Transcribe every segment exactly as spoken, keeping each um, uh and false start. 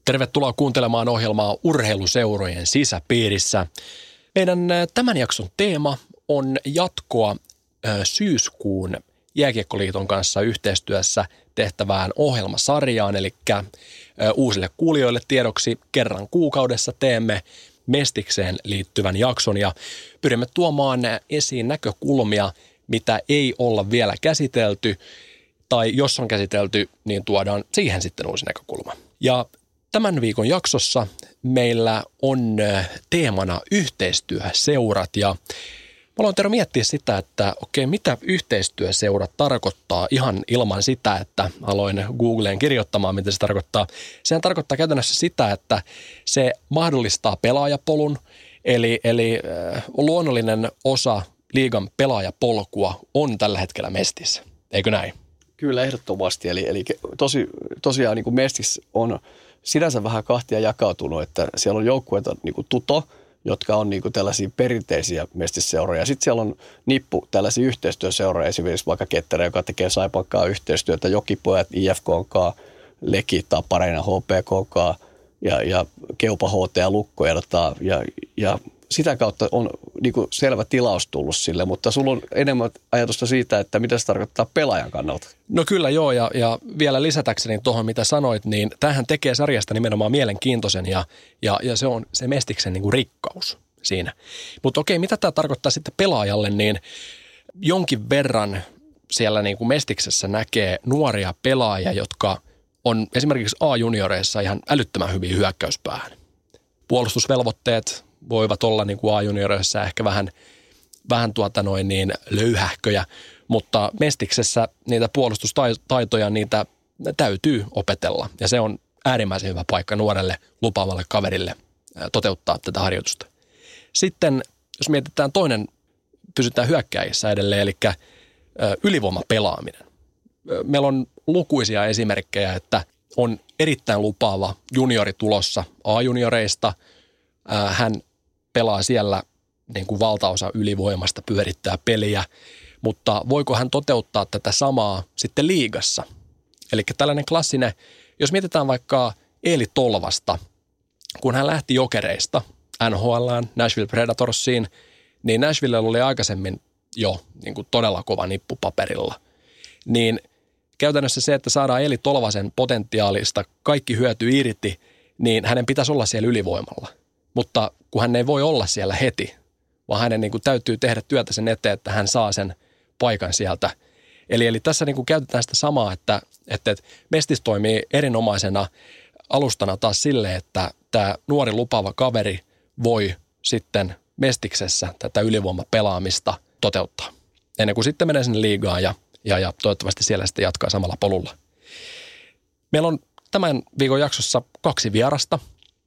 Tervetuloa kuuntelemaan ohjelmaa Urheiluseurojen sisäpiirissä. Meidän tämän jakson teema on jatkoa syyskuun Jääkiekkoliiton kanssa yhteistyössä tehtävään ohjelmasarjaan, eli uusille kuulijoille tiedoksi kerran kuukaudessa teemme Mestikseen liittyvän jakson ja pyrimme tuomaan esiin näkökulmia, mitä ei olla vielä käsitelty, tai jos on käsitelty, niin tuodaan siihen sitten uusi näkökulma. Ja tämän viikon jaksossa meillä on teemana yhteistyöseurat ja mä aloin Tero miettiä sitä, että okei, mitä yhteistyöseurat tarkoittaa ihan ilman sitä, että aloin Googleen kirjoittamaan, mitä se tarkoittaa. Sehän tarkoittaa käytännössä sitä, että se mahdollistaa pelaajapolun, eli, eli äh, luonnollinen osa liigan pelaajapolkua on tällä hetkellä Mestissä, eikö näin? Kyllä, ehdottomasti. Eli, eli tosi, tosiaan niin kuin Mestis on sinänsä vähän kahtia jakautunut, että siellä on joukkueita niin kuin Tuto, jotka on niin kuin tällaisia perinteisiä mestisseuroja. Sitten siellä on nippu tällaisia yhteistyöseuroja, esimerkiksi vaikka Ketterä, joka tekee Saipankaan yhteistyötä, Jokipojat, I F K:nkaan, Leki, Tapareina, H P K:nkaan ja, ja Keupa, H T ja Lukko ja, ja, ja sitä kautta on niin kuin selvä tilaus tullut sille, mutta sulla on enemmän ajatusta siitä, että mitä se tarkoittaa pelaajan kannalta. No kyllä joo, ja, ja vielä lisätäkseni tuohon, mitä sanoit, niin tämähän tekee sarjasta nimenomaan mielenkiintoisen, ja, ja, ja se on se Mestiksen niin kuin rikkaus siinä. Mutta okei, mitä tämä tarkoittaa sitten pelaajalle, niin jonkin verran siellä niin kuin Mestiksessä näkee nuoria pelaajia, jotka on esimerkiksi A-junioreissa ihan älyttömän hyviä hyökkäyspäähän. Puolustusvelvoitteet voivat olla niin kuin A-junioreissa ehkä vähän, vähän tuota noin niin löyhähköjä, mutta Mestiksessä niitä puolustustaitoja, niitä täytyy opetella. Ja se on äärimmäisen hyvä paikka nuorelle lupaavalle kaverille toteuttaa tätä harjoitusta. Sitten jos mietitään toinen, pysytään hyökkääjissä edelleen, eli ylivoimapelaaminen. Meillä on lukuisia esimerkkejä, että on erittäin lupaava juniori tulossa A-junioreista. Hän pelaa siellä niin kuin valtaosa ylivoimasta, pyörittää peliä, mutta voiko hän toteuttaa tätä samaa sitten liigassa? Eli tällainen klassinen, jos mietitään vaikka Eeli Tolvasta, kun hän lähti Jokereista N H L:ään, Nashville Predatorsiin, niin Nashvillella oli aikaisemmin jo niin kuin todella kova nippu paperilla. Niin käytännössä se, että saadaan Eeli Tolvasen potentiaalista kaikki hyöty irti, niin hänen pitäisi olla siellä ylivoimalla. Mutta kun hän ei voi olla siellä heti, vaan hänen niin kuin täytyy tehdä työtä sen eteen, että hän saa sen paikan sieltä. Eli, eli tässä niin kuin käytetään sitä samaa, että, että Mestis toimii erinomaisena alustana taas sille, että tämä nuori lupaava kaveri voi sitten Mestiksessä tätä ylivoimapelaamista toteuttaa. Ennen kuin sitten menee sinne liigaan ja, ja, ja toivottavasti siellä sitten jatkaa samalla polulla. Meillä on tämän viikon jaksossa kaksi vierasta.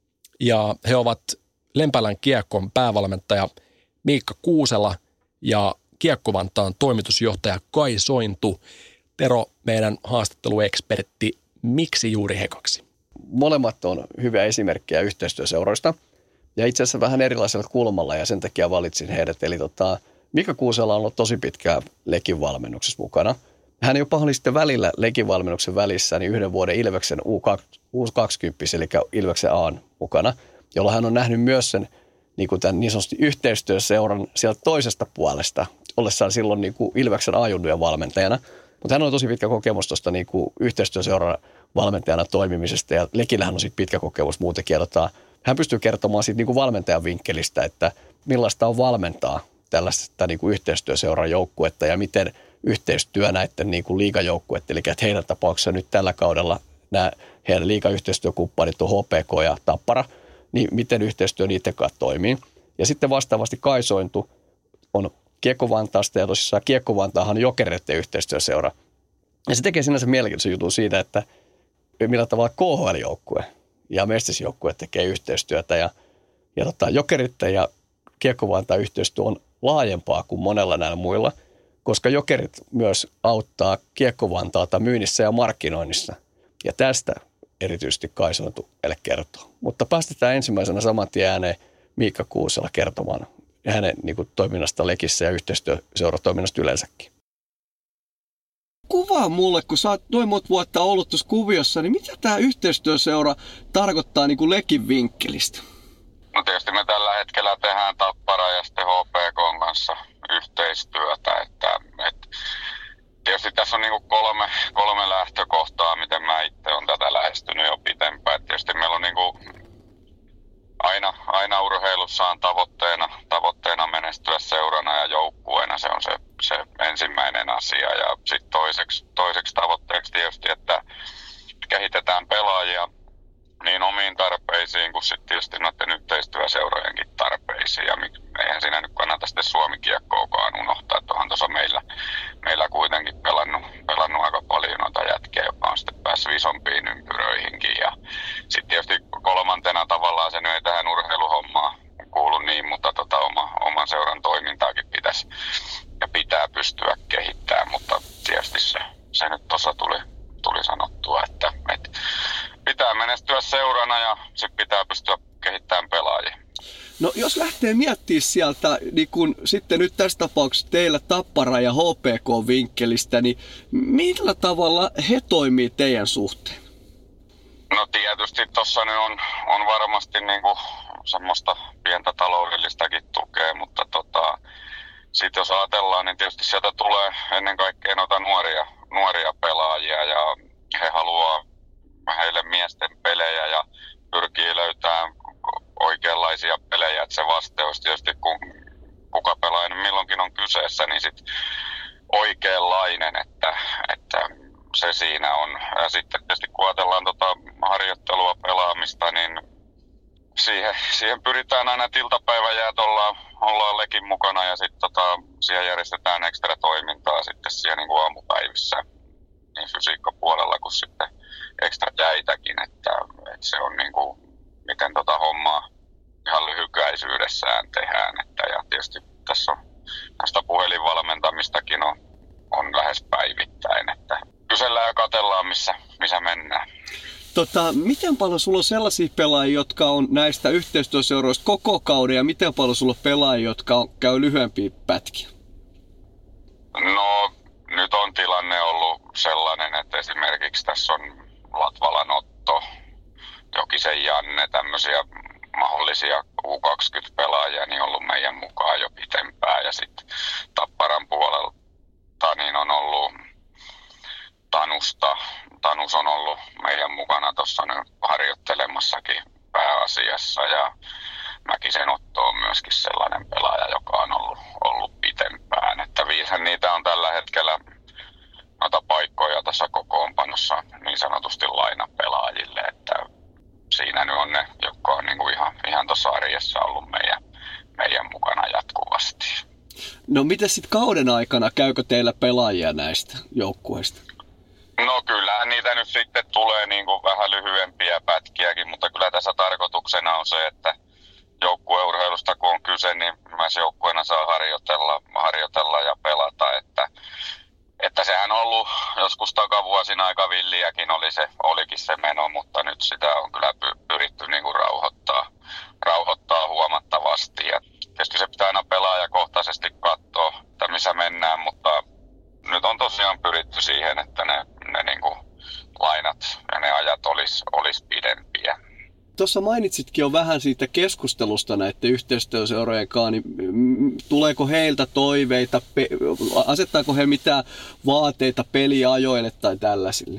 Ja he ovat Lempälän Kiekkon päävalmentaja Miikka Kuusela ja Kiekko-Vantaan toimitusjohtaja Kai Sointu. Tero, meidän haastatteluekspertti, miksi juuri he kaksi? Molemmat on hyviä esimerkkejä yhteistyöseuroista ja itse asiassa vähän erilaisella kulmalla ja sen takia valitsin heidät. Eli tota, Miikka Kuusela on ollut tosi pitkään Lekin valmennuksessa mukana. Hän jopa oli sitten välillä Lekin valmennuksen välissä niin yhden vuoden Ilveksen U kaksikymmentä, eli Ilveksen A:n mukana, jolloin hän on nähnyt myös sen niin, kuin tämän niin sanotusti yhteistyöseuran sieltä toisesta puolesta, ollessaan silloin niin kuin Ilveksen A-junnujen valmentajana. Mutta hän on tosi pitkä kokemus tuosta niin kuin yhteistyöseuran valmentajana toimimisesta, ja Lekillähän on sitten pitkä kokemus muutenkin. Ja hän pystyy kertomaan siitä niin kuin valmentajan vinkkelistä, että millaista on valmentaa tällaista niin kuin yhteistyöseuran joukkuetta ja miten yhteistyö näiden niin kuin liigajoukkueiden, eli että heidän tapauksessa nyt tällä kaudella nämä heidän liigayhteistyökumppanit on H P K ja Tappara, niin miten yhteistyö niiden kanssa toimii. Ja sitten vastaavasti Kai Sointu on Kiekko-Vantaasta ja tosissaan Kiekko-Vantaahan on Jokereiden yhteistyöseura. Ja se tekee sinänsä mielenkiintoisen jutun siitä, että millä tavalla K H L-joukkue ja Mestis-joukkue tekee yhteistyötä ja, ja tota, Jokereiden ja Kiekko-Vantaan yhteistyö on laajempaa kuin monella näillä muilla, koska Jokerit myös auttaa Kiekko-Vantaata myynnissä ja markkinoinnissa. Ja tästä erityisesti Kai Sointu meille kertoo. Mutta päästetään ensimmäisenä saman tien ääneen Miikka Kuusela kertomaan hänen niin kuin, toiminnasta Lekissä ja yhteistyöseuratoiminnasta yleensäkin. kuvaa mulle, kun sä oot noin monta vuotta ollut tuossa kuviossa, niin mitä tämä yhteistyöseura tarkoittaa niin kuin Lekin vinkkelistä? No tietysti me tällä hetkellä tehdään Tappara ja sitten H P K:n kanssa yhteistyötä, että, että tietysti tässä on niin kuin kolme, kolme lähtökohtaa, miten mä itse olen tätä lähestynyt jo pitempään. Et tietysti meillä on niin kuin aina, aina urheilussa on tavoitteena, tavoitteena menestyä seurana ja joukkueena, se on se, se ensimmäinen asia. Ja sitten toiseksi, toiseksi tavoitteeksi tietysti, että kehitetään pelaajia niin omiin tarpeisiin kuin sitten tietysti noiden yhteistyöseurojenkin tarpeisiin. Ja eihän siinä nyt kannata sitten Suomi-kiekkoakaan unohtaa, että onhan tuossa meillä, meillä kuitenkin pelannut, pelannut aika paljon noita jätkiä, jotka on sitten päässyt isompiin ympyröihinkin. Ja sitten tietysti kolmantena tavallaan se nyt ei tähän urheiluhommaan kuulu niin, mutta tota oma, oman seuran toimintaakin pitäisi ja pitää pystyä kehittämään, mutta tietysti se, se nyt tuossa tuli, tuli sanottua, että, että pitää menestyä seurana ja sitten pitää pystyä kehittämään pelaajia. No jos lähtee miettimään sieltä, niin kun sitten nyt tässä tapauksessa teillä Tappara ja H P K-vinkkelistä, niin millä tavalla he toimii teidän suhteen? No tietysti tuossa nyt on, on varmasti niinku semmoista pientä taloudellistakin tukea, mutta tota, sitten jos ajatellaan, niin tietysti sieltä tulee ennen kaikkea noita nuoria, nuoria pelaajia ja he haluaa heille miesten pelejä ja pyrkii löytämään oikeanlaisia pelejä, että se vasteus tietysti kun kuka pelaaja milloinkin on kyseessä, niin sit oikeanlainen, että, että se siinä on. Ja sitten tietysti kun ajatellaan tota harjoittelua pelaamista, niin siihen, siihen pyritään aina, että iltapäiväjäät ollaan, ollaan Lekin mukana ja sitten tota, siihen järjestetään ekstra toimintaa sitten siellä niin kuin aamupäivissä niin fysiikkapuolella kuin sitten ekstra jäitäkin, että, että se on niin kuin, miten tota hommaa ihan lyhykäisyydessään tehdään. Että, ja tietysti tässä on tästä puhelinvalmentamistakin on, on lähes päivittäin, että kysellään ja katsellaan, missä, missä mennään. Tota, miten paljon sulla on sellaisia pelaajia, jotka on näistä yhteistyöseuroista koko kauden, ja miten paljon sulla on pelaajia, jotka on, käy lyhyempiä pätkiä? No, nyt on tilanne ollut sellainen, että esimerkiksi tässä on Latvalan Otto, Jokisen Janne, tämmöisiä mahdollisia U kaksikymmentä-pelaajia niin on ollut meidän mukaan jo pitempään. Ja sitten Tapparan puolelta niin on ollut Tanusta. Tanus on ollut meidän mukana tuossa nyt harjoittelemassakin pääasiassa. Ja Mäkisen Otto on myöskin sellainen pelaaja, joka on ollut, ollut pitempään. Että viishän niitä on tällä hetkellä noita paikkoja tässä kokoonpanossa niin sanotusti lainapelaajille, että siinä nyt on ne, jotka on niinku ihan, ihan tuossa arjessa ollut meidän, meidän mukana jatkuvasti. No miten sitten kauden aikana, käykö teillä pelaajia näistä joukkueista? No kyllähän niitä nyt sitten tulee niinku vähän lyhyempiä pätkiäkin, mutta kyllä tässä tarkoituksena on se, että joukkueurheilusta kun on kyse, niin myös joukkueena saa harjoitella, harjoitella ja pelata, että Että sehän on ollut joskus takavuosina aika villiäkin oli se, olikin se meno, mutta nyt sitä on kyllä pyritty niin kuin rauhoittaa, rauhoittaa huomattavasti. Ja tietysti se pitää aina pelaajakohtaisesti katsoa, että missä mennään, mutta nyt on tosiaan pyritty siihen, että ne, ne niin kuin lainat ja ne ajat olisi olis pidempiä. Tuossa mainitsitkin jo vähän siitä keskustelusta näiden yhteistyöseurojen kanssa, niin tuleeko heiltä toiveita, asettaako he mitään vaateita peliajoille tai tällaisille?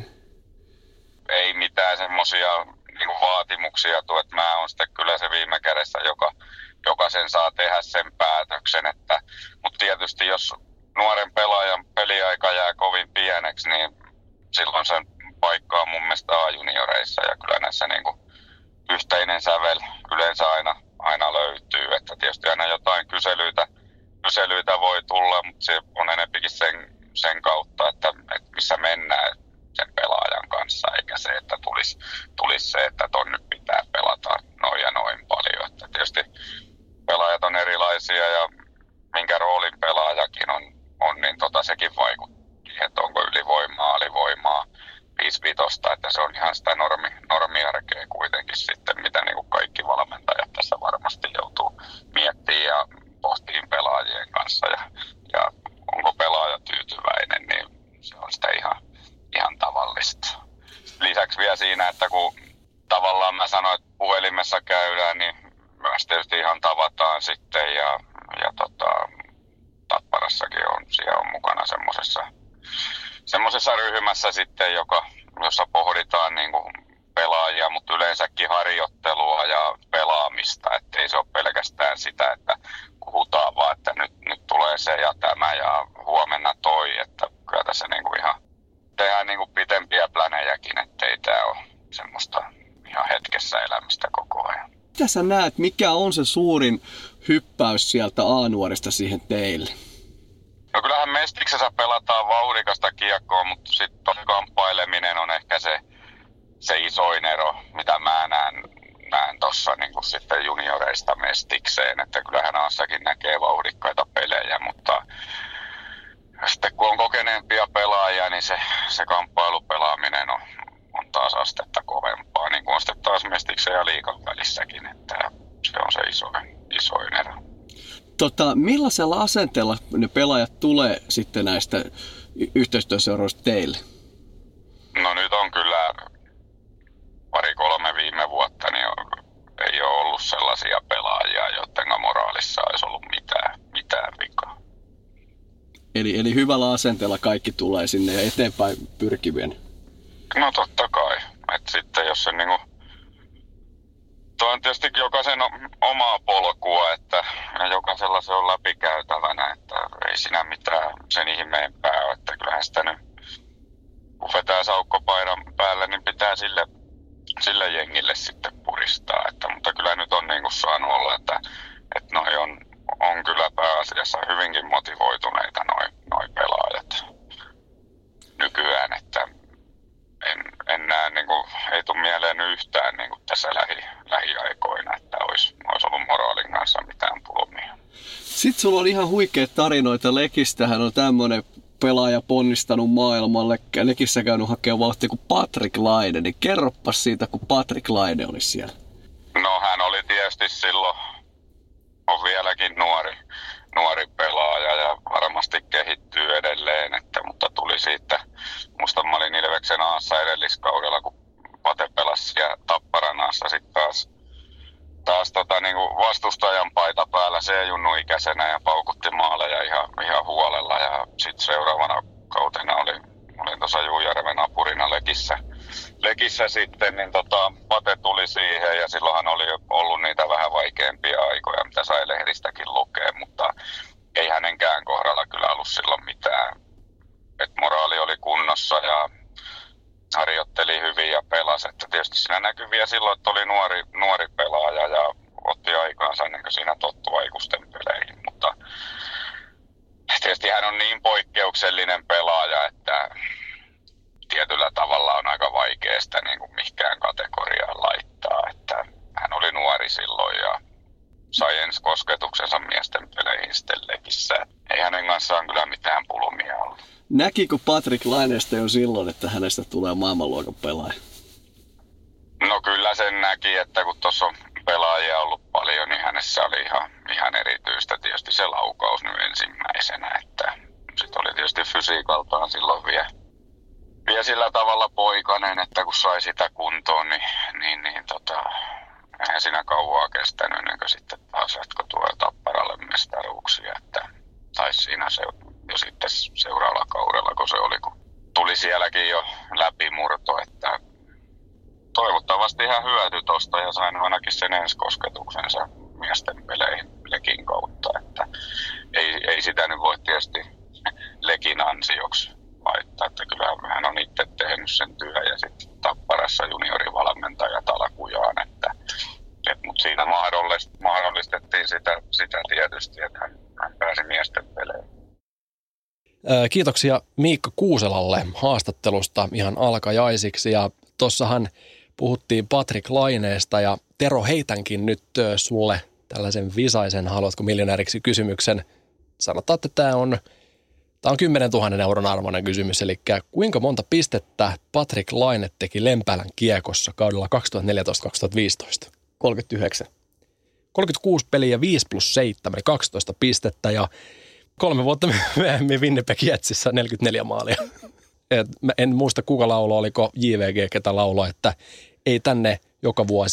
Ei mitään semmoisia niin vaatimuksia, että mä oon sitten kyllä se viime kädessä, joka, joka sen saa tehdä sen päätöksen. Että, mutta tietysti jos nuoren pelaajan peliaika jää kovin pieneksi, niin silloin sen paikka on mun mielestä A-junioreissa ja kyllä näissä niin kuin yhteinen sävel yleensä aina, aina löytyy, että tietysti aina jotain kyselyitä, kyselyitä voi tulla, mutta se on enempikin sen, sen kautta, että, että missä mennään sen pelaajan kanssa, eikä se, että tulisi, tulisi se, että ton nyt pitää pelata noin ja noin paljon. Että tietysti pelaajat on erilaisia ja minkä roolin pelaajakin on, on niin tota, sekin vaikuttaa, että onko ylivoimaa, alivoimaa, viisi vitosta, että se on ihan sitä normi, normiarkea kuitenkin sitten, mitä niin kuin kaikki valmentajat tässä varmasti joutuu miettimään ja pohtiin pelaajien kanssa ja, ja onko pelaaja tyytyväinen, niin se on sitä ihan Suomessa käydään, niin myös tietysti ihan tavataan sitten ja, ja tota, Tapparassakin on, siellä on mukana semmoisessa semmoisessa ryhmässä sitten, joka, jossa pohditaan niin kuin pelaajia, mutta yleensäkin harjoittelua ja pelaamista, ettei se ole pelkästään sitä, että puhutaan vaan, että nyt, nyt tulee se ja tämä ja huomenna toi, että kyllä tässä niin kuin ihan tehdään niin kuin pitempiä planejäkin, ettei tämä ole semmoista ihan hetkessä elämistä koko ajan. Mitä sä näet, mikä on se suurin hyppäys sieltä A-nuorista siihen teille? No kyllähän Mestiksessä pelataan vauhdikasta kiekkoa, mutta sitten kamppaileminen on ehkä se, se isoin ero, mitä mä näen, näen tuossa niin sitten junioreista Mestikseen. Että kyllähän Aassakin näkee vauhdikkaita pelejä, mutta sitten kun on kokeneempia pelaajia, niin se, se kamppailupelaaminen on, on taas astetta kovempaa. Niin kuin on sitten taas Mestiksen ja liigan välissäkin, että se on se isoin, isoin ero. Tota, millaisella asenteella ne pelaajat tulee sitten näistä yhteistyöseuroista teille? No nyt on kyllä pari-kolme viime vuotta, niin ei ole ollut sellaisia pelaajia, joiden moraalissa olisi ollut mitään, mitään vikaa. Eli, eli hyvällä asenteella kaikki tulee sinne ja eteenpäin pyrkivien? No totta kai. Et sitten jos se niinku... Tuo on tietysti jokaisen omaa polkua, että jokaisella se on läpikäytävänä, että ei siinä mitään sen ihmeempää ole, että kyllähän sitä nyt, kun vetää saukkopaidan päälle, niin pitää sille, sille jengille sitten puristaa, että, mutta kyllä nyt on niin kuin saanut olla, että, että noi on, on kyllä pääasiassa hyvinkin motivoituneita noi, noi pelaajat nykyään, että En, en näe, niin kuin, ei tule mieleen yhtään niin kuin tässä lähi, lähiaikoina, että olisi, olisi ollut moraalin kanssa mitään pulmia. Sitten sulla on ihan huikeat tarinoita Lekistähän on tämmöinen pelaaja ponnistanut maailmalle. Lekissä käynyt hakemaan vauhtia kuin Patrik Laine, niin kerropas siitä, kun Patrik Laine oli siellä. No hän oli tietysti silloin, on vieläkin nuori, nuori pelaaja ja varmasti kehittyy edelleen, että, mutta tuli siitä, musta mä olin Ilveksen Aassa edelliskaudella, kun Pate pelasi ja Tapparan Aassa sitten taas, taas tota, niin kuin vastustajan paita päällä C-junnu-ikäisenä ja paukutti maaleja ihan, ihan huolella ja sitten seuraavana kautena oli, olin tuossa Juujärven apurina Lekissä, Lekissä sitten, niin tota, Pate tuli siihen ja silloinhan oli ollut niitä vähän vaikeampia aikoja, mitä sai lehdistäkin lukea, mutta ei hänenkään kohdalla kyllä ollut silloin mitään. Et moraali oli kunnossa ja harjoitteli hyvin ja pelasi. Että tietysti siinä näkyi vielä silloin, että oli nuori, nuori pelaaja ja otti aikaansa niin kuin siinä tottu aikuisten peleihin. Mutta tietysti hän on niin poikkeuksellinen pelaaja, että tietyllä tavalla on aika vaikea sitä niin kuin mihinkään kategoriaan laittaa. Että hän oli nuori silloin ja sai ensi kosketuksensa miesten peleihin sitten Lekissä. Ei hänen kanssaan kyllä mitään pulmia ollut. Näkikö Patrik Laineesta jo silloin, että hänestä tulee maailmanluokan pelaaja? No kyllä sen näki, että kun tuossa on pelaajia ollut paljon, niin hänessä oli ihan, ihan erityistä tietysti se laukaus nyt ensimmäisenä. Että sitten oli tietysti fysiikaltaan silloin vielä, vielä sillä tavalla poikainen, että kun sai sitä kuntoon, niin, niin, niin tota, eihän siinä kauaa kestänyt ennen kuin sitten taas jatko tuo Tapparalle mestaruuksia. Että taisi siinä se jo sitten seuraavalla kaudella, kun se oli, kun tuli sielläkin jo läpimurto, että toivottavasti ihan hyöty tosta ja sain ainakin sen ensikosketuksensa miesten peleihin Lekin kautta, että ei, ei sitä nyt voi tietysti Lekin ansioksi laittaa, että kyllä hän on itse tehnyt sen työn ja sitten Tapparassa juniorivalmentajat alkujaan, että et, mutta siinä mahdollistettiin sitä, sitä tietysti, että hän, hän pääsi miesten peleihin. Kiitoksia Miikka Kuuselalle haastattelusta ihan alkajaisiksi ja tossahan puhuttiin Patrik Laineesta ja Tero heitänkin nyt sulle tällaisen visaisen haluatko miljonääriksi kysymyksen. Sanotaan, että tämä on, tämä on kymmenen tuhannen euron arvoinen kysymys, eli kuinka monta pistettä Patrik Laine teki Lempäälän kiekossa kaudella kaksituhattaneljätoista kaksituhattaviisitoista? kolmekymmentäyhdeksän. kolmekymmentäkuusi peliä, viisi plus seitsemän, eli kaksitoista pistettä ja kolme vuotta myöhemmin Winnipeg Jetsissä neljäkymmentäneljä maalia. Et en muista kuka lauloi, oliko J V G ketä lauloi, että ei tänne joka vuosi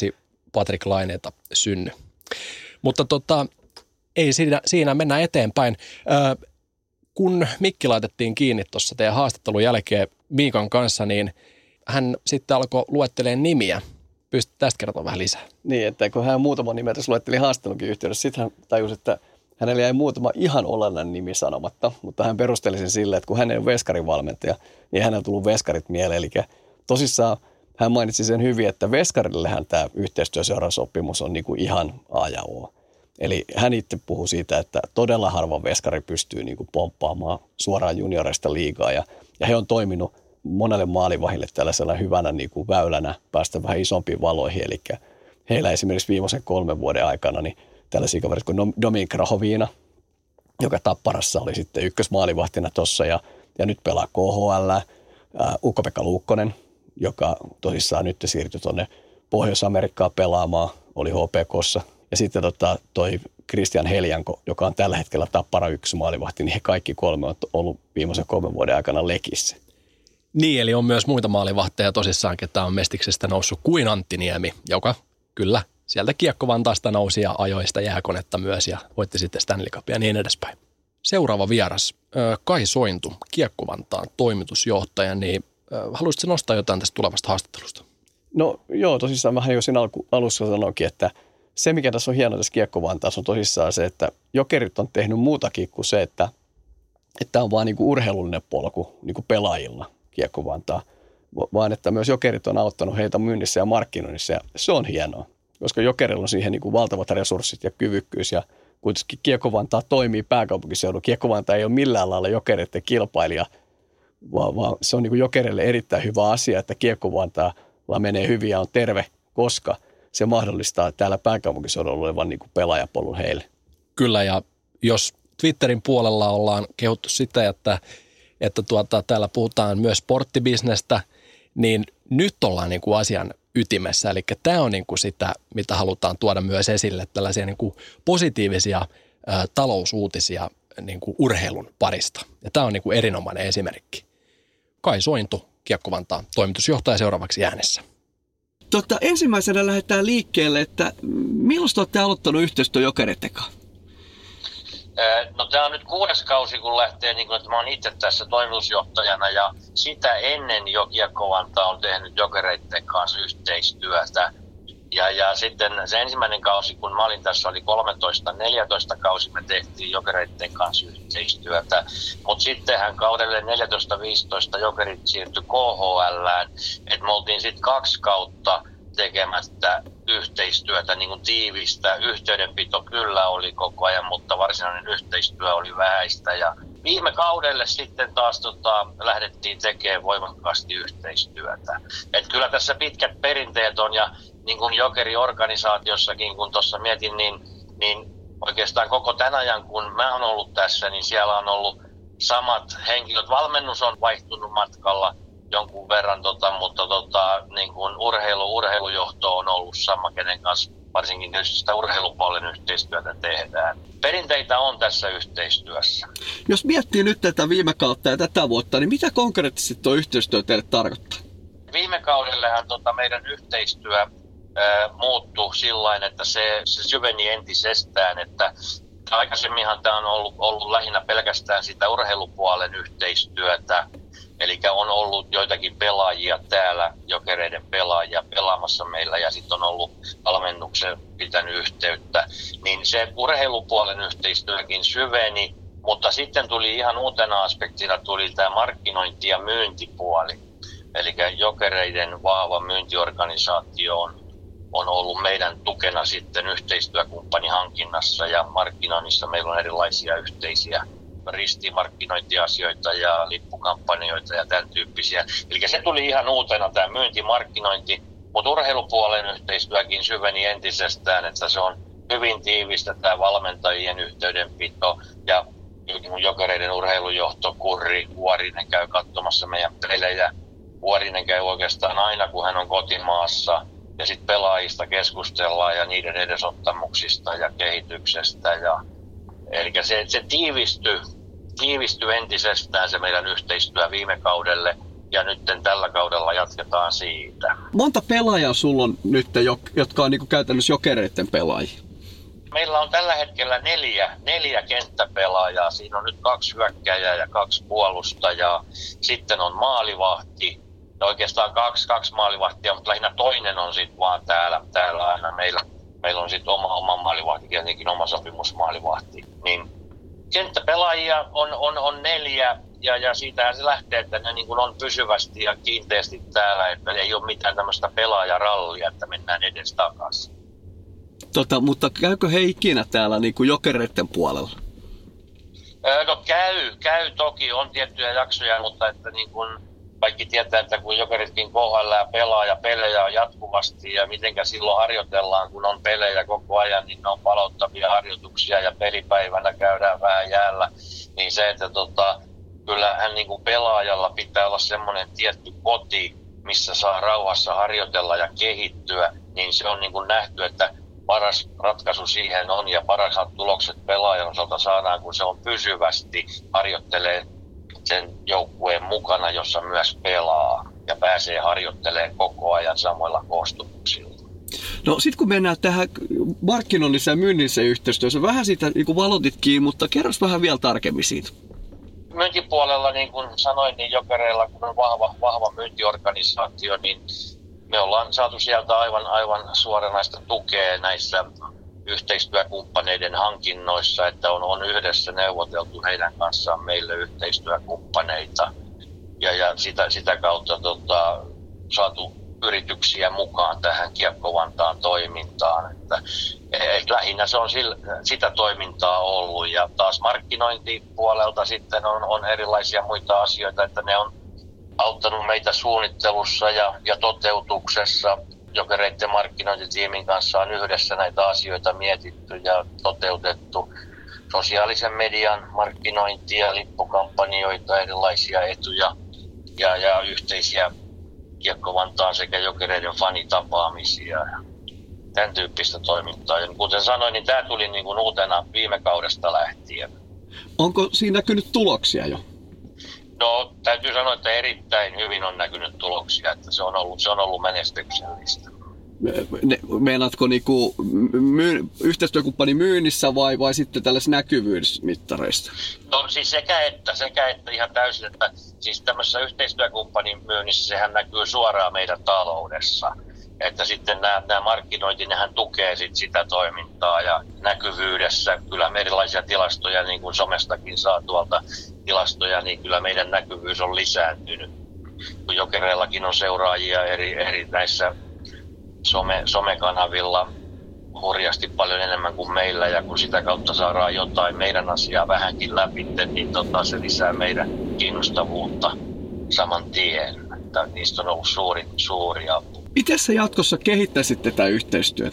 Patrik Laineita synny. Mutta tota, ei siinä, siinä mennään eteenpäin. Ö, kun mikki laitettiin kiinni tuossa teidän haastattelun jälkeen Miikan kanssa, niin hän sitten alkoi luettelemaan nimiä. Pystyt tästä kertoa vähän lisää. Niin, että kun hän muutama nimeä tässä luetteli haastattelunkin yhteydessä, sitten hän tajusi, että hänellä jäi muutama ihan olennainen nimi sanomatta, mutta hän perusteli sen sille, että kun hän ei ole veskarin valmentaja, niin hänellä on tullut veskarit mieleen. Eli tosissaan hän mainitsi sen hyvin, että veskarillehän tämä yhteistyöseurasopimus on niin kuin ihan A ja O. Eli hän itse puhui siitä, että todella harva veskari pystyy niin kuin pomppaamaan suoraan junioreista liigaa. Ja, ja he on toiminut monelle maalivahille tällaisella hyvänä niin kuin väylänä päästä vähän isompiin valoihin. Eli heillä esimerkiksi viimeisen kolmen vuoden aikana niin tällaisia kavereita kuin Dominik Rahoviina, joka Tapparassa oli sitten ykkösmaalivahtina tuossa ja, ja nyt pelaa K H L, Ukko-Pekka Luukkonen, joka tosissaan nyt siirtyi tuonne Pohjois-Amerikkaan pelaamaan, oli H P K:ssa. Ja sitten tota, toi Christian Heljanko, joka on tällä hetkellä Tappara yksi maalivahti, niin he kaikki kolme on ollut viimeisen kolmen vuoden aikana Lekissä. Niin, eli on myös muita maalivahteja tosissaan, ketä on Mestiksestä noussut kuin Antti Niemi, joka kyllä sieltä Kiekko Vantaasta nousi ja ajoi sitä jääkonetta myös ja voitti sitten Stanley Cupia ja niin edespäin. Seuraava vieras, Kai Sointu, Kiekko Vantaan toimitusjohtaja, niin haluaisitko nostaa jotain tästä tulevasta haastattelusta? No joo, tosissaan vähän jo siinä alku, alussa sanoinkin, että se mikä tässä on hienoa tässä Kiekko Vantaassa on tosissaan se, että Jokerit on tehnyt muutakin kuin se, että tämä on vaan niinku urheilullinen polku niinku pelaajilla Kiekko Vantaa, vaan että myös Jokerit on auttanut heitä myynnissä ja markkinoinnissa ja se on hienoa. Koska Jokerilla on siihen niin kuin valtavat resurssit ja kyvykkyys ja kuitenkin Kiekko Vantaa toimii pääkaupunkiseudulla. Kiekko Vantaa ei ole millään lailla Jokereiden kilpailija, vaan, vaan se on niin kuin Jokerille erittäin hyvä asia, että Kiekko Vantaalla menee hyvin ja on terve, koska se mahdollistaa täällä pääkaupunkiseudulla olevan niin kuin pelaajapolun heille. Kyllä, ja jos Twitterin puolella ollaan kehuttu sitä, että, että tuota, täällä puhutaan myös sporttibisnestä, niin nyt ollaan niin kuin asian ytimessä. Eli tämä on niin kuin sitä, mitä halutaan tuoda myös esille, tällaisia niin kuin positiivisia ä, talousuutisia niin kuin urheilun parista. Ja tämä on niin kuin erinomainen esimerkki. Kai Sointu, Kiekko Vantaan toimitusjohtaja seuraavaksi äänessä. Totta, ensimmäisenä lähdetään liikkeelle, että milloin olette aloittanut yhteistyö Jokereiden kanssa? No tämä on nyt kuudes kausi, kun lähtee, niin kun, että mä oon itse tässä toimitusjohtajana ja sitä ennen jo Kiekko Vantaa on tehnyt Jokereiden kanssa yhteistyötä. Ja, ja sitten se ensimmäinen kausi, kun mä olin tässä, oli kolmetoista neljätoista kausi, me tehtiin Jokereiden kanssa yhteistyötä. Mutta sittenhän kaudelle neljätoista viisitoista Jokerit siirtyi K H L:ään, että me oltiin sitten kaksi kautta tekemättä yhteistyötä, niin kuin tiivistä. Yhteydenpito kyllä oli koko ajan, mutta varsinainen yhteistyö oli vähäistä. Ja viime kaudelle sitten taas tota, lähdettiin tekemään voimakkaasti yhteistyötä. Et kyllä tässä pitkät perinteet on ja niin kuin Jokeri-organisaatiossakin, kun tuossa mietin, niin, niin oikeastaan koko tämän ajan, kun mä oon ollut tässä, niin siellä on ollut samat henkilöt. Valmennus on vaihtunut matkalla jonkun verran, tota, mutta tota, niin kuin urheilu, urheilujohto on ollut sama, kenen kanssa varsinkin tietysti sitä urheilupuolen yhteistyötä tehdään. Perinteitä on tässä yhteistyössä. Jos miettii nyt tätä viime kautta ja tätä vuotta, niin mitä konkreettisesti tuo yhteistyö teille tarkoittaa? Viime kaudellehan tota, meidän yhteistyö ää, muuttui sillain, että se, se syveni entisestään, että aikaisemminhan tämä on ollut, ollut lähinnä pelkästään sitä urheilupuolen yhteistyötä. Eli on ollut joitakin pelaajia täällä, Jokereiden pelaajia pelaamassa meillä ja sitten on ollut valmennuksen pitänyt yhteyttä. Niin se urheilupuolen yhteistyökin syveni, mutta sitten tuli ihan uutena aspektina tuli tämä markkinointi- ja myyntipuoli. Eli Jokereiden vahva myyntiorganisaatio on, on ollut meidän tukena sitten yhteistyökumppanihankinnassa ja markkinoinnissa. Meillä on erilaisia yhteisiä ristimarkkinointiasioita ja lippukampanjoita ja tämän tyyppisiä. Eli se tuli ihan uutena tämä myyntimarkkinointi, mutta urheilupuolen yhteistyökin syveni entisestään, että se on hyvin tiivistä tämä valmentajien yhteydenpito ja Jokereiden urheilujohto Kurri Vuorinen käy katsomassa meidän pelejä. Vuorinen käy oikeastaan aina, kun hän on kotimaassa ja sitten pelaajista keskustellaan ja niiden edesottamuksista ja kehityksestä ja eli se, se tiivistyi, tiivistyi entisestään se meidän yhteistyö viime kaudelle. ja nyt tällä kaudella jatketaan siitä. Monta pelaajaa sulla on nyt, jotka on niin kuin käytännössä Jokereiden pelaajia? Meillä on tällä hetkellä neljä, neljä kenttäpelaajaa. Siinä on nyt kaksi hyökkäjää ja kaksi puolustajaa. Sitten on maalivahti. No oikeastaan kaksi, kaksi maalivahtia, mutta lähinnä toinen on sitten vaan täällä, täällä aina meillä. Meillä on sitten oma, oma maalivahti, tietenkin oma sopimusmaalivahti. Niin kenttäpelaajia on, on, on neljä ja, ja siitähän se lähtee, että ne niin kuin on pysyvästi ja kiinteästi täällä. Että ei ole mitään tämmöistä pelaajarallia, että mennään edes takaisin. Tota, mutta käykö he ikinä täällä niin kuin Jokereiden puolella? No käy, käy toki, on tiettyjä jaksoja, mutta että niin kuin kaikki tietää, että kun Jokeritkin K H L pelaa ja pelejä on jatkuvasti ja mitenkä silloin harjoitellaan, kun on pelejä koko ajan, niin ne on palauttavia harjoituksia ja pelipäivänä käydään vähän jäällä. Niin se, että tota, kyllähän niin kuin pelaajalla pitää olla semmoinen tietty koti, missä saa rauhassa harjoitella ja kehittyä, niin se on niin kuin nähty, että paras ratkaisu siihen on ja parhaat tulokset pelaajan osalta saadaan, kun se on pysyvästi harjoittelee sen joukkueen mukana, jossa myös pelaa ja pääsee harjoittelemaan koko ajan samoilla koostumuksilla. No sitten kun mennään tähän markkinoinnissa ja myynnissä yhteistyössä, vähän siitä niin kuin valotitkin, mutta kerros vähän vielä tarkemmin siitä. Myyntipuolella, niin kuin sanoin, niin Jokereilla, kun on vahva, vahva myyntiorganisaatio, niin me ollaan saatu sieltä aivan, aivan suoranaista tukea näissä yhteistyökumppaneiden hankinnoissa, että on, on yhdessä neuvoteltu heidän kanssaan meille yhteistyökumppaneita ja, ja sitä, sitä kautta tota, saatu yrityksiä mukaan tähän Kiekko Vantaan toimintaan. Että, et lähinnä se on sillä, sitä toimintaa ollut ja taas markkinointipuolelta sitten on, on erilaisia muita asioita, että ne on auttanut meitä suunnittelussa ja, ja toteutuksessa. Jokereiden markkinointitiimin kanssa on yhdessä näitä asioita mietitty ja toteutettu. Sosiaalisen median markkinointia, lippukampanjoita, erilaisia etuja ja, ja yhteisiä Kiekko Vantaan sekä Jokereiden fanitapaamisia ja tämän tyyppistä toimintaa. Ja kuten sanoin, niin tämä tuli niin kuin uutena viime kaudesta lähtien. Onko siinä näkynyt tuloksia jo? No, täytyy sanoa, että erittäin hyvin on näkynyt tuloksia, että se on ollut, se on ollut menestyksellistä. Me, meinaatko niinku myy, yhteistyökumppani myynnissä vai, vai sitten tällaisissa näkyvyysmittareissa? No siis sekä että, sekä että ihan täysin, että siis tämmöisessä yhteistyökumppanin myynnissä sehän näkyy suoraan meidän taloudessa. Että sitten nämä, nämä markkinointi, nehän tukee sit sitä toimintaa ja näkyvyydessä. Kyllä me erilaisia tilastoja, niin kuin somestakin saa tuolta tilastoja, niin kyllä meidän näkyvyys on lisääntynyt. Kun Jokereillakin on seuraajia eri, eri näissä some, somekanavilla hurjasti paljon enemmän kuin meillä. Ja kun sitä kautta saadaan jotain meidän asiaa vähänkin läpi, niin tota, se lisää meidän kiinnostavuutta saman tien. Että niistä on ollut suuri, suuri apu. Miten sä jatkossa kehittäisit tätä yhteistyötä?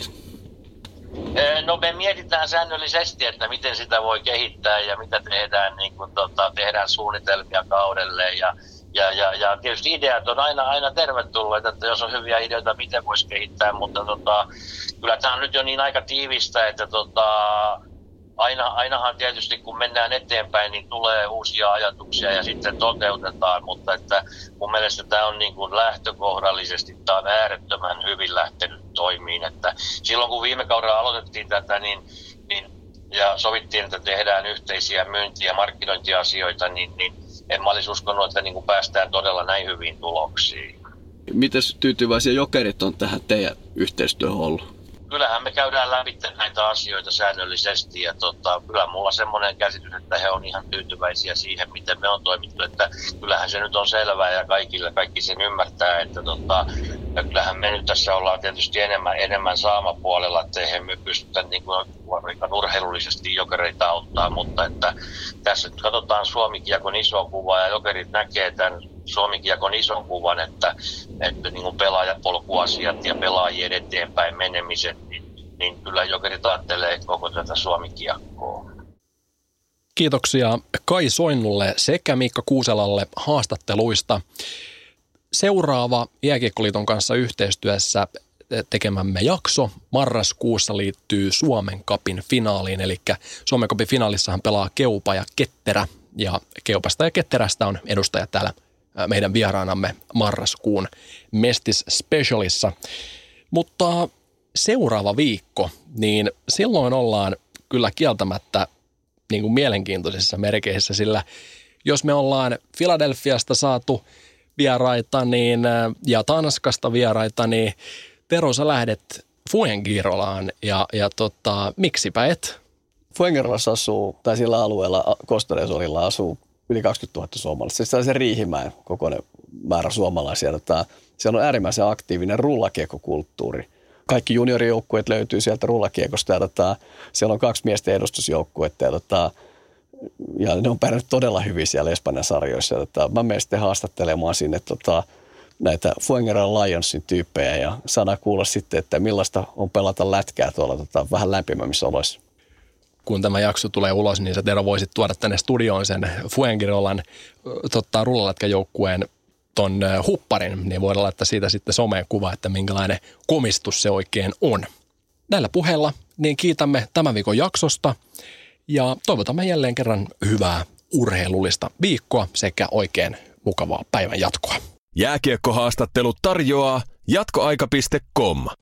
No me mietitään säännöllisesti, että miten sitä voi kehittää ja mitä tehdään, niin kun, tota, tehdään suunnitelmia kaudelle. Ja, ja, ja, ja tietysti ideat on aina, aina tervetulleita, että jos on hyviä ideoita, miten voisi kehittää, mutta tota, kyllä tämä on nyt jo niin aika tiivistä, että tota, aina, ainahan tietysti kun mennään eteenpäin, niin tulee uusia ajatuksia ja sitten toteutetaan, mutta että mun mielestä tämä on niin kuin lähtökohdallisesti, tämä on äärettömän hyvin lähtenyt toimiin, että silloin kun viime kaudella aloitettiin tätä niin, niin, ja sovittiin, että tehdään yhteisiä myynti- ja markkinointiasioita, niin, niin en mä olisi uskonut, että niin kuin päästään todella näin hyviin tuloksiin. Miten tyytyväisiä Jokerit on tähän teidän yhteistyöhön ollut? Kyllähän me käydään läpi näitä asioita säännöllisesti ja tota, kyllä mulla on semmoinen käsitys, että he on ihan tyytyväisiä siihen, miten me on toimittu, että kyllähän se nyt on selvää ja kaikille, kaikki sen ymmärtää, että tota, kyllähän me nyt tässä ollaan tietysti enemmän, enemmän saamapuolella, että eihän me pystytä niin kuin urheilullisesti Jokereita auttaa, mutta että tässä nyt katsotaan Suomi-Kiekon iso kuva ja Jokerit näkee tämän Suomi-Kiekon ison kuvan, että, että niin kuin pelaajapolkuasiat ja pelaajien eteenpäin menemiset, niin, niin kyllä Jokerit ajattelee koko tätä Suomi-Kiekkoa. Kiitoksia Kai Soinnulle sekä Miikka Kuuselalle haastatteluista. Seuraava Jääkiekkoliiton kanssa yhteistyössä tekemämme jakso marraskuussa liittyy Suomen Cupin finaaliin, eli Suomen Cupin finaalissahan pelaa Keupa ja Ketterä, ja Keupasta ja Ketterästä on edustajat täällä meidän vieraanamme marraskuun Mestis Specialissa. Mutta seuraava viikko, niin silloin ollaan kyllä kieltämättä niin kuin mielenkiintoisissa merkeissä, sillä jos me ollaan Philadelphiasta saatu vieraita niin, ja Tanskasta vieraita, niin Tero, sä lähdet Fuengirolaan ja, ja tota, miksipä et? Fuengirolassa asuu, tai sillä alueella Costa del Solilla asuu yli kaksikymmentätuhatta suomalaista. Siis se Riihimäen kokoinen määrä suomalaisia. Tota, siellä on äärimmäisen aktiivinen rullakiekokulttuuri. Kaikki juniorijoukkueet löytyy sieltä rullakiekosta ja tota, siellä on kaksi miesten edustusjoukkuetta ja, tota, ja ne on pärjännyt todella hyvin siellä Espanjan sarjoissa. Ja, tota, mä menen sitten haastattelemaan sinne tota, näitä Fuengirola Lionsin tyyppejä ja saadaan kuulla sitten, että millaista on pelata lätkää tuolla tota, vähän lämpimämmissä oloissa. Kun tämä jakso tulee ulos, niin sä Tero voisit tuoda tänne studioon sen Fuengirolan tota, rullalätkäjoukkueen ton hupparin, niin voidaan laittaa siitä sitten someen kuva, että minkälainen komistus se oikein on. Näillä puheilla niin kiitämme tämän viikon jaksosta ja toivotamme jälleen kerran hyvää urheilullista viikkoa sekä oikein mukavaa päivän jatkoa. Jääkiekkohaastattelut tarjoaa jatkoaika piste com.